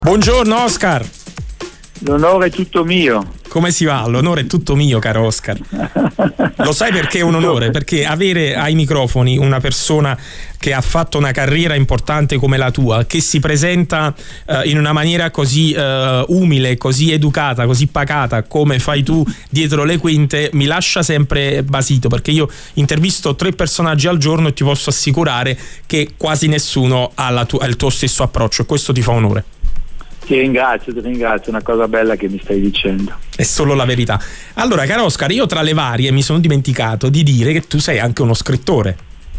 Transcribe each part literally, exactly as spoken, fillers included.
Buongiorno Oscar. L'onore è tutto mio. Come si va? L'onore è tutto mio, caro Oscar. Lo sai perché è un onore? Perché avere ai microfoni una persona che ha fatto una carriera importante come la tua, che si presenta eh, in una maniera così eh, umile, così educata, così pacata come fai tu dietro le quinte, mi lascia sempre basito, perché io intervisto tre personaggi al giorno e ti posso assicurare che quasi nessuno ha, la tu- ha il tuo stesso approccio, e questo ti fa onore. Ti ringrazio, ti ringrazio, è una cosa bella che mi stai dicendo. È solo la verità. Allora, caro Oscar, io tra le varie mi sono dimenticato di dire che tu sei anche uno scrittore.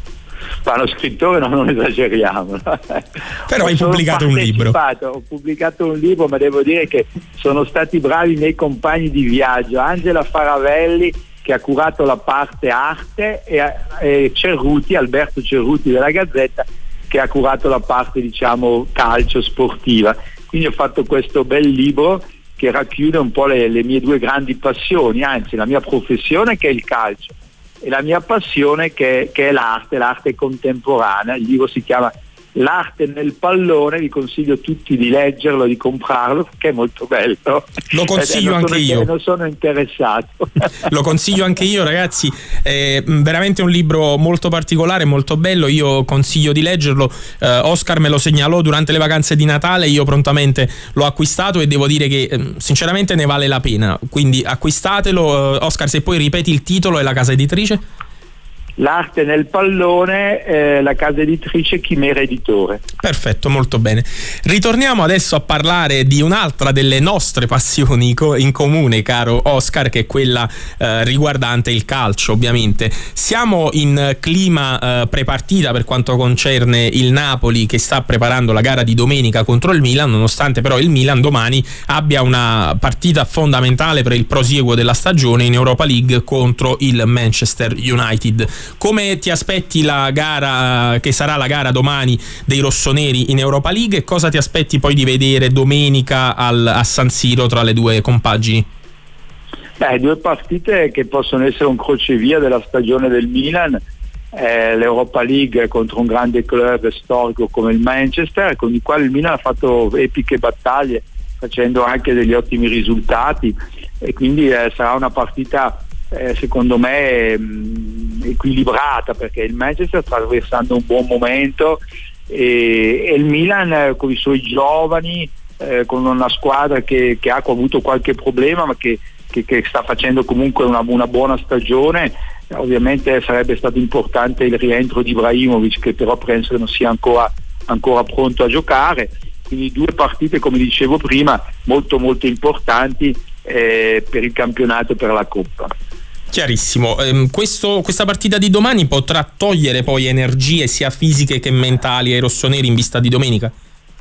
Ma uno scrittore no, non esageriamo. Però hai pubblicato un libro. Ho pubblicato un libro, ma devo dire che sono stati bravi i miei compagni di viaggio, Angela Faravelli, che ha curato la parte arte, e, e Cerruti, Alberto Cerruti della Gazzetta, che ha curato la parte, diciamo, calcio sportiva. Quindi ho fatto questo bel libro che racchiude un po' le, le mie due grandi passioni, anzi la mia professione, che è il calcio, e la mia passione che, che è l'arte, l'arte contemporanea. Il libro si chiama L'arte nel pallone, vi consiglio tutti di leggerlo, di comprarlo, perché è molto bello. Lo consiglio anche io. Non sono interessato. Lo consiglio anche io, ragazzi, è veramente un libro molto particolare, molto bello, io consiglio di leggerlo. eh, Oscar me lo segnalò durante le vacanze di Natale, io prontamente l'ho acquistato e devo dire che eh, sinceramente ne vale la pena, quindi acquistatelo. eh, Oscar, se poi ripeti il titolo e la casa editrice? L'arte nel pallone, eh, la casa editrice Chimera Editore. Perfetto, molto bene. Ritorniamo adesso a parlare di un'altra delle nostre passioni in comune, caro Oscar, che è quella eh, riguardante il calcio, ovviamente. Siamo in clima eh, prepartita per quanto concerne il Napoli, che sta preparando la gara di domenica contro il Milan, nonostante però il Milan domani abbia una partita fondamentale per il prosieguo della stagione in Europa League contro il Manchester United. Come ti aspetti la gara, che sarà la gara domani dei rossoneri in Europa League, e cosa ti aspetti poi di vedere domenica al, a San Siro tra le due compagini? Beh, due partite che possono essere un crocevia della stagione del Milan, eh, l'Europa League contro un grande club storico come il Manchester, con il quale il Milan ha fatto epiche battaglie, facendo anche degli ottimi risultati, e quindi eh, sarà una partita eh, secondo me mh, equilibrata, perché il Manchester sta attraversando un buon momento e, e il Milan eh, con i suoi giovani, eh, con una squadra che, che ha avuto qualche problema ma che, che, che sta facendo comunque una, una buona stagione. Ovviamente sarebbe stato importante il rientro di Ibrahimovic, che però penso che non sia ancora, ancora pronto a giocare, quindi due partite, come dicevo prima, molto molto importanti eh, per il campionato e per la Coppa. Chiarissimo. Eh, questo, questa partita di domani potrà togliere poi energie sia fisiche che mentali ai rossoneri in vista di domenica?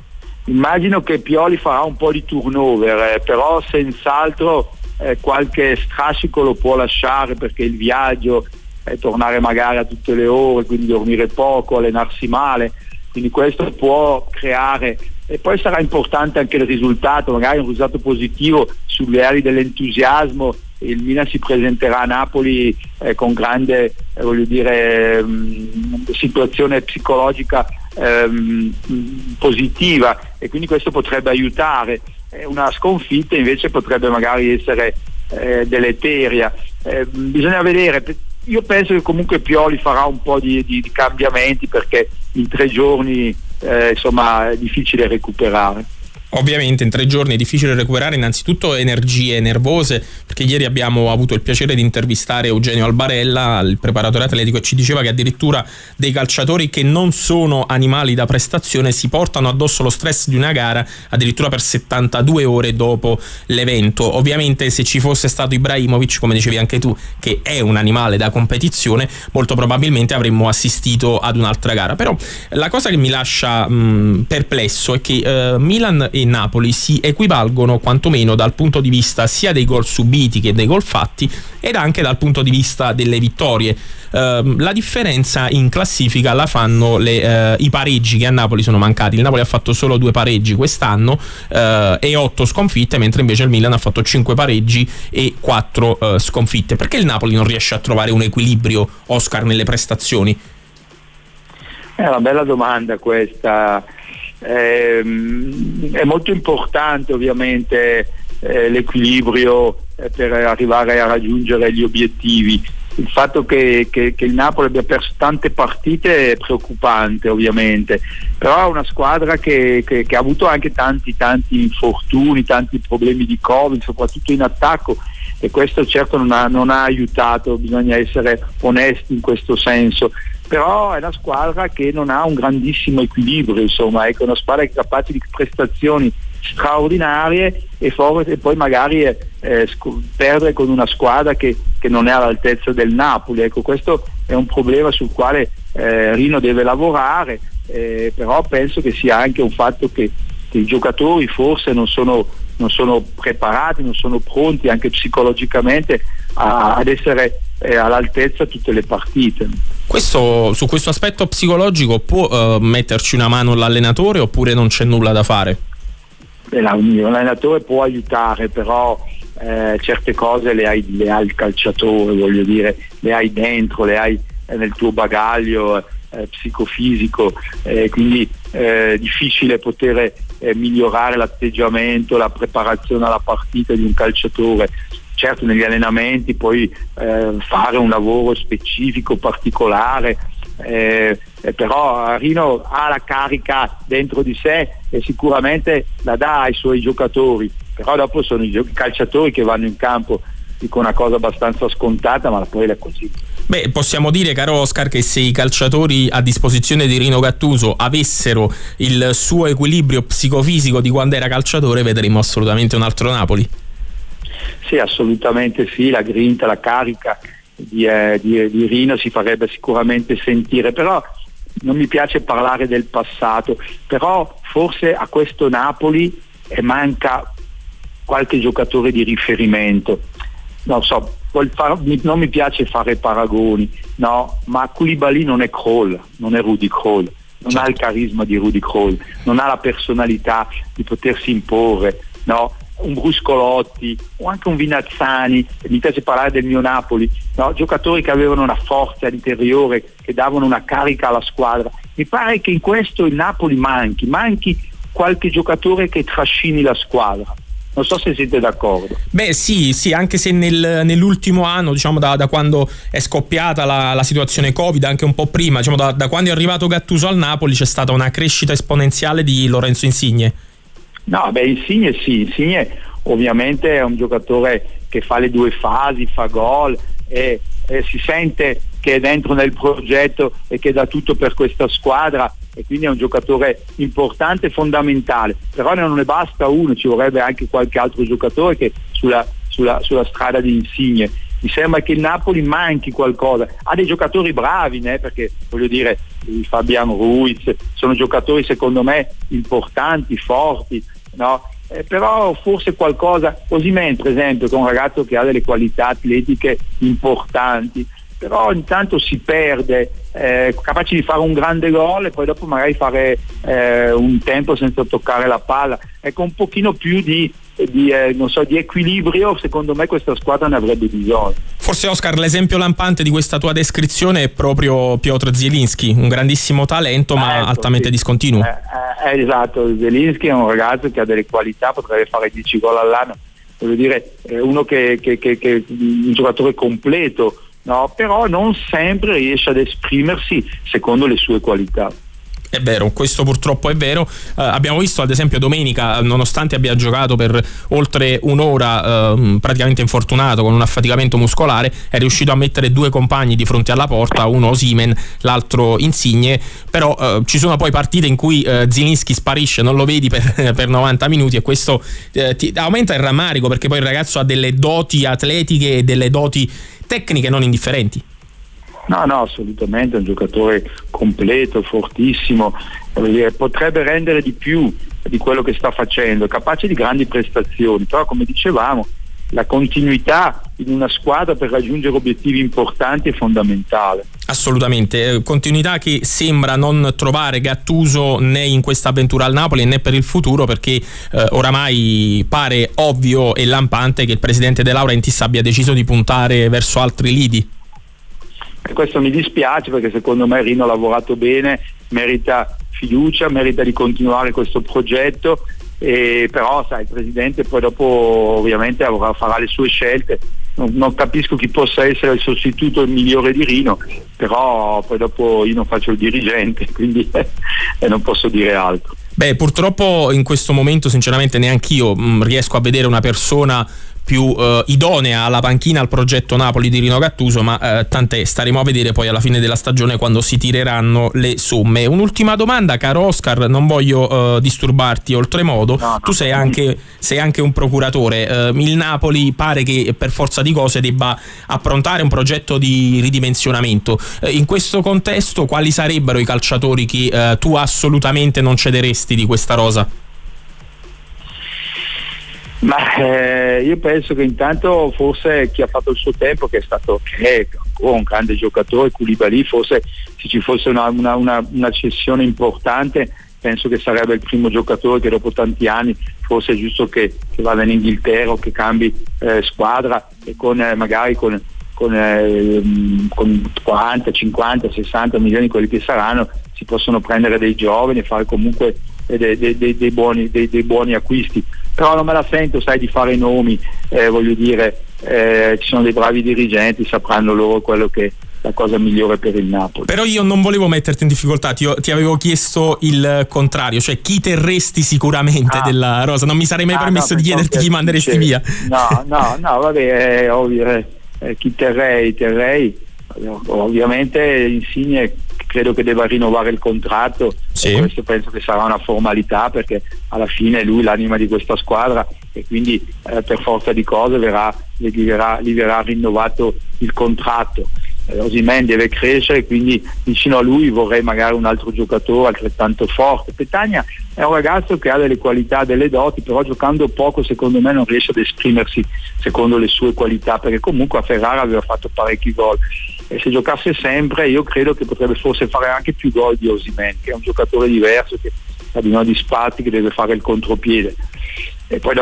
Immagino che Pioli farà un po' di turnover, eh, però senz'altro eh, qualche strascico lo può lasciare, perché il viaggio è tornare magari a tutte le ore, quindi dormire poco, allenarsi male, quindi questo può creare, e poi sarà importante anche il risultato, magari un risultato positivo sulle ali dell'entusiasmo. Il Milan si presenterà a Napoli eh, con grande eh, voglio dire mh, situazione psicologica ehm, positiva, e quindi questo potrebbe aiutare. Eh, una sconfitta invece potrebbe magari essere eh, deleteria. Eh, bisogna vedere. Io penso che comunque Pioli farà un po' di, di, di cambiamenti, perché in tre giorni eh, insomma è difficile recuperare. Ovviamente in tre giorni è difficile recuperare innanzitutto energie nervose, perché ieri abbiamo avuto il piacere di intervistare Eugenio Albarella, il preparatore atletico, e ci diceva che addirittura dei calciatori che non sono animali da prestazione si portano addosso lo stress di una gara addirittura per settantadue ore dopo l'evento. Ovviamente se ci fosse stato Ibrahimovic, come dicevi anche tu, che è un animale da competizione, molto probabilmente avremmo assistito ad un'altra gara. Però la cosa che mi lascia mh, perplesso è che eh, Milan e Napoli si equivalgono quantomeno dal punto di vista sia dei gol subiti che dei gol fatti, ed anche dal punto di vista delle vittorie. Uh, la differenza in classifica la fanno le, uh, i pareggi che a Napoli sono mancati. Il Napoli ha fatto solo due pareggi quest'anno uh, e otto sconfitte, mentre invece il Milan ha fatto cinque pareggi e quattro uh, sconfitte. Perché il Napoli non riesce a trovare un equilibrio, Oscar, nelle prestazioni? È una bella domanda questa. ehm, è molto importante ovviamente eh, l'equilibrio eh, per arrivare a raggiungere gli obiettivi. Il fatto che, che, che il Napoli abbia perso tante partite è preoccupante ovviamente, però è una squadra che, che, che ha avuto anche tanti tanti infortuni, tanti problemi di Covid, soprattutto in attacco, e questo certo non ha, non ha aiutato, bisogna essere onesti in questo senso, però è una squadra che non ha un grandissimo equilibrio, insomma, è una squadra che è capace di prestazioni straordinarie e, for- e poi magari eh, sc- perdere con una squadra che, che non è all'altezza del Napoli. Ecco, questo è un problema sul quale eh, Rino deve lavorare, eh, però penso che sia anche un fatto che, che i giocatori forse non sono, non sono preparati, non sono pronti anche psicologicamente a, ad essere eh, all'altezza tutte le partite. Questo, su questo aspetto psicologico può uh, metterci una mano l'allenatore oppure non c'è nulla da fare? L'allenatore può aiutare, però eh, certe cose le hai, le hai il calciatore, voglio dire, le hai dentro, le hai eh, nel tuo bagaglio eh, psicofisico, eh, quindi è eh, difficile poter eh, migliorare l'atteggiamento, la preparazione alla partita di un calciatore. Certo, negli allenamenti puoi eh, fare un lavoro specifico, particolare, eh, eh, però Rino ha la carica dentro di sé e sicuramente la dà ai suoi giocatori, però dopo sono i gio- calciatori che vanno in campo. Dico una cosa abbastanza scontata, ma poi è così. Beh, possiamo dire, caro Oscar, che se i calciatori a disposizione di Rino Gattuso avessero il suo equilibrio psicofisico di quando era calciatore, vedremo assolutamente un altro Napoli. Sì, assolutamente sì, la grinta, la carica di, eh, di, di Rino si farebbe sicuramente sentire, però non mi piace parlare del passato, però forse a questo Napoli eh, manca qualche giocatore di riferimento. Non so, far, non mi piace fare paragoni, no, ma Koulibaly non è Krul, non è Rudi Krul, non certo. ha il carisma di Rudi Krul, non ha la personalità di potersi imporre, no? Un Bruscolotti o anche un Vinazzani, mi piace parlare del mio Napoli, no? Giocatori che avevano una forza interiore, che davano una carica alla squadra. Mi pare che in questo il Napoli manchi, manchi qualche giocatore che trascini la squadra. Non so se siete d'accordo. Beh sì, sì, anche se nel, nell'ultimo anno, diciamo da, da quando è scoppiata la, la situazione Covid, anche un po' prima, diciamo da, da quando è arrivato Gattuso al Napoli, c'è stata una crescita esponenziale di Lorenzo Insigne. No, beh, Insigne sì, Insigne ovviamente è un giocatore che fa le due fasi, fa gol e, e si sente che è dentro nel progetto e che dà tutto per questa squadra, e quindi è un giocatore importante e fondamentale, però non ne basta uno, ci vorrebbe anche qualche altro giocatore che sulla, sulla, sulla strada di Insigne. Mi sembra che il Napoli manchi qualcosa, ha dei giocatori bravi, né? Perché voglio dire, Fabian Ruiz sono giocatori secondo me importanti, forti, no? Eh, però forse qualcosa, Osimhen per esempio, che è un ragazzo che ha delle qualità atletiche importanti, però ogni tanto si perde, eh, capace di fare un grande gol e poi dopo magari fare eh, un tempo senza toccare la palla. Ecco, un pochino più di, di, eh, non so, di equilibrio, secondo me questa squadra ne avrebbe bisogno. Forse Oscar, l'esempio lampante di questa tua descrizione è proprio Piotr Zielinski, un grandissimo talento ma ecco, altamente sì. discontinuo. Eh, eh, esatto, Zielinski è un ragazzo che ha delle qualità, potrebbe fare dieci gol all'anno, voglio dire, è uno che, che, che, che un giocatore completo, no, però non sempre riesce ad esprimersi secondo le sue qualità. È vero, questo purtroppo è vero. Uh, abbiamo visto ad esempio domenica, nonostante abbia giocato per oltre un'ora uh, praticamente infortunato con un affaticamento muscolare, è riuscito a mettere due compagni di fronte alla porta, uno Osimhen, l'altro Insigne, però uh, ci sono poi partite in cui uh, Zielinski sparisce, non lo vedi per, per novanta minuti, e questo uh, ti aumenta il rammarico, perché poi il ragazzo ha delle doti atletiche e delle doti tecniche non indifferenti. No, no, assolutamente, è un giocatore completo, fortissimo, potrebbe rendere di più di quello che sta facendo, capace di grandi prestazioni, però come dicevamo la continuità in una squadra per raggiungere obiettivi importanti è fondamentale. Assolutamente, continuità che sembra non trovare Gattuso né in questa avventura al Napoli né per il futuro, perché eh, oramai pare ovvio e lampante che il presidente De Laurentiis abbia deciso di puntare verso altri lidi. E questo mi dispiace, perché secondo me Rino ha lavorato bene, merita fiducia, merita di continuare questo progetto, e però sai, il presidente poi dopo ovviamente avrà, farà le sue scelte. Non, non capisco chi possa essere il sostituto migliore di Rino, però poi dopo io non faccio il dirigente, quindi eh, non posso dire altro. Beh, purtroppo in questo momento sinceramente neanch'io mh, riesco a vedere una persona più eh, idonea alla panchina al progetto Napoli di Rino Gattuso, ma eh, tant'è, staremo a vedere poi alla fine della stagione quando si tireranno le somme. Un'ultima domanda, caro Oscar, non voglio eh, disturbarti oltremodo. No, no, tu sei anche, sei anche un procuratore, eh, il Napoli pare che per forza di cose debba approntare un progetto di ridimensionamento. Eh, in questo contesto quali sarebbero i calciatori che eh, tu assolutamente non cederesti di questa rosa? Ma eh, io penso che intanto forse chi ha fatto il suo tempo, che è stato che è ancora un grande giocatore, Koulibaly, forse se ci fosse una, una, una, una cessione importante penso che sarebbe il primo giocatore che dopo tanti anni forse è giusto che, che vada in Inghilterra o che cambi eh, squadra, e con eh, magari con, con, eh, con quaranta, cinquanta, sessanta milioni, quelli che saranno, si possono prendere dei giovani e fare comunque dei, dei, dei, dei, buoni, dei, dei buoni acquisti. Però non me la sento, sai, di fare nomi, eh, voglio dire, eh, ci sono dei bravi dirigenti, sapranno loro quello che è la cosa migliore per il Napoli. Però io non volevo metterti in difficoltà, ti, ti avevo chiesto il contrario, cioè chi terresti sicuramente ah. della rosa, non mi sarei mai ah, permesso no, di chiederti chi manderesti via. No, no, no, vabbè, è ovvio, eh, chi terrei, terrei, ovviamente Insigne credo che debba rinnovare il contratto, sì. E questo penso che sarà una formalità, perché alla fine lui è l'anima di questa squadra e quindi eh, per forza di cose verrà, gli, verrà, gli verrà rinnovato il contratto. eh, Osimhen deve crescere, quindi vicino a lui vorrei magari un altro giocatore altrettanto forte. Petagna è un ragazzo che ha delle qualità, delle doti, però giocando poco secondo me non riesce ad esprimersi secondo le sue qualità, perché comunque a Ferrara aveva fatto parecchi gol, e se giocasse sempre io credo che potrebbe forse fare anche più gol di Osimhen, che è un giocatore diverso, che ha bisogno di spazi, che deve fare il contropiede. E poi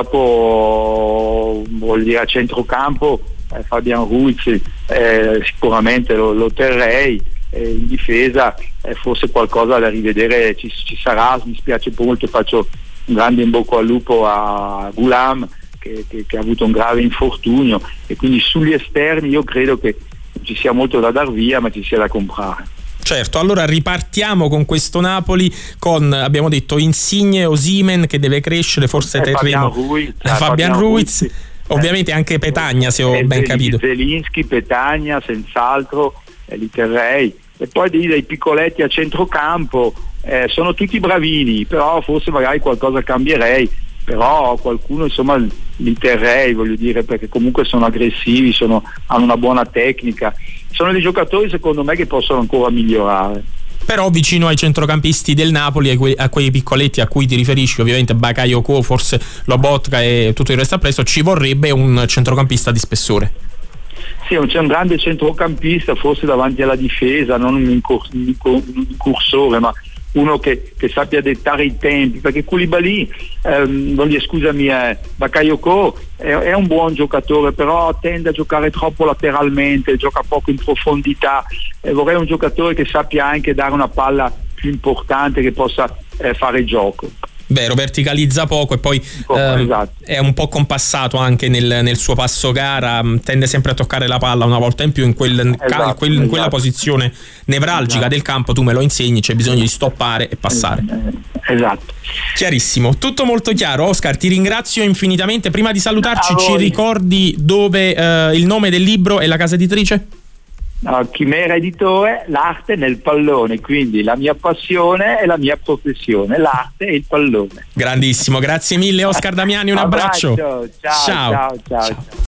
dopo vuol dire a centrocampo eh, Fabian Ruiz eh, sicuramente lo, lo terrei, eh, in difesa eh, forse qualcosa da rivedere ci, ci sarà. Mi spiace molto, faccio un grande in bocca al lupo a Goulam che, che, che ha avuto un grave infortunio, e quindi sugli esterni io credo che ci sia molto da dar via, ma ci sia da comprare. Certo, allora ripartiamo con questo Napoli con, abbiamo detto, Insigne, Osimhen che deve crescere, forse eh, terremo Fabian Ruiz, eh, Fabian Ruiz, Ruiz ovviamente anche Petagna, se ho eh, ben capito. Zelinski, Petagna senz'altro, eh, li terrei. E poi dei, dei piccoletti a centrocampo, eh, sono tutti bravini, però forse magari qualcosa cambierei, però qualcuno insomma li terrei, voglio dire, perché comunque sono aggressivi, sono, hanno una buona tecnica, sono dei giocatori secondo me che possono ancora migliorare. Però vicino ai centrocampisti del Napoli, a, que- a quei piccoletti a cui ti riferisci, ovviamente Bakayoko, forse Lobotka e tutto il resto appresso, ci vorrebbe un centrocampista di spessore. Sì, c'è un grande centrocampista forse davanti alla difesa, non un, incor- un incursore, ma uno che, che sappia dettare i tempi, perché Koulibaly, ehm, non gli, scusami, eh, Bakayoko è, è un buon giocatore, però tende a giocare troppo lateralmente, gioca poco in profondità, e vorrei un giocatore che sappia anche dare una palla più importante, che possa eh, fare gioco. Vero, verticalizza poco e poi ehm, esatto. È un po' compassato anche nel, nel suo passo gara, tende sempre a toccare la palla una volta in più in, quel, esatto, in, quel, in quella esatto. posizione nevralgica esatto. del campo. Tu me lo insegni, c'è bisogno di stoppare e passare. Esatto. Chiarissimo, tutto molto chiaro. Oscar, ti ringrazio infinitamente. Prima di salutarci, a ci voi. ricordi dove eh, il nome del libro e la casa editrice? No, Chimera Editore, l'arte nel pallone, quindi la mia passione e la mia professione, l'arte e il pallone. Grandissimo, grazie mille Oscar Damiani, un abbraccio. Ciao, ciao, ciao, ciao. ciao.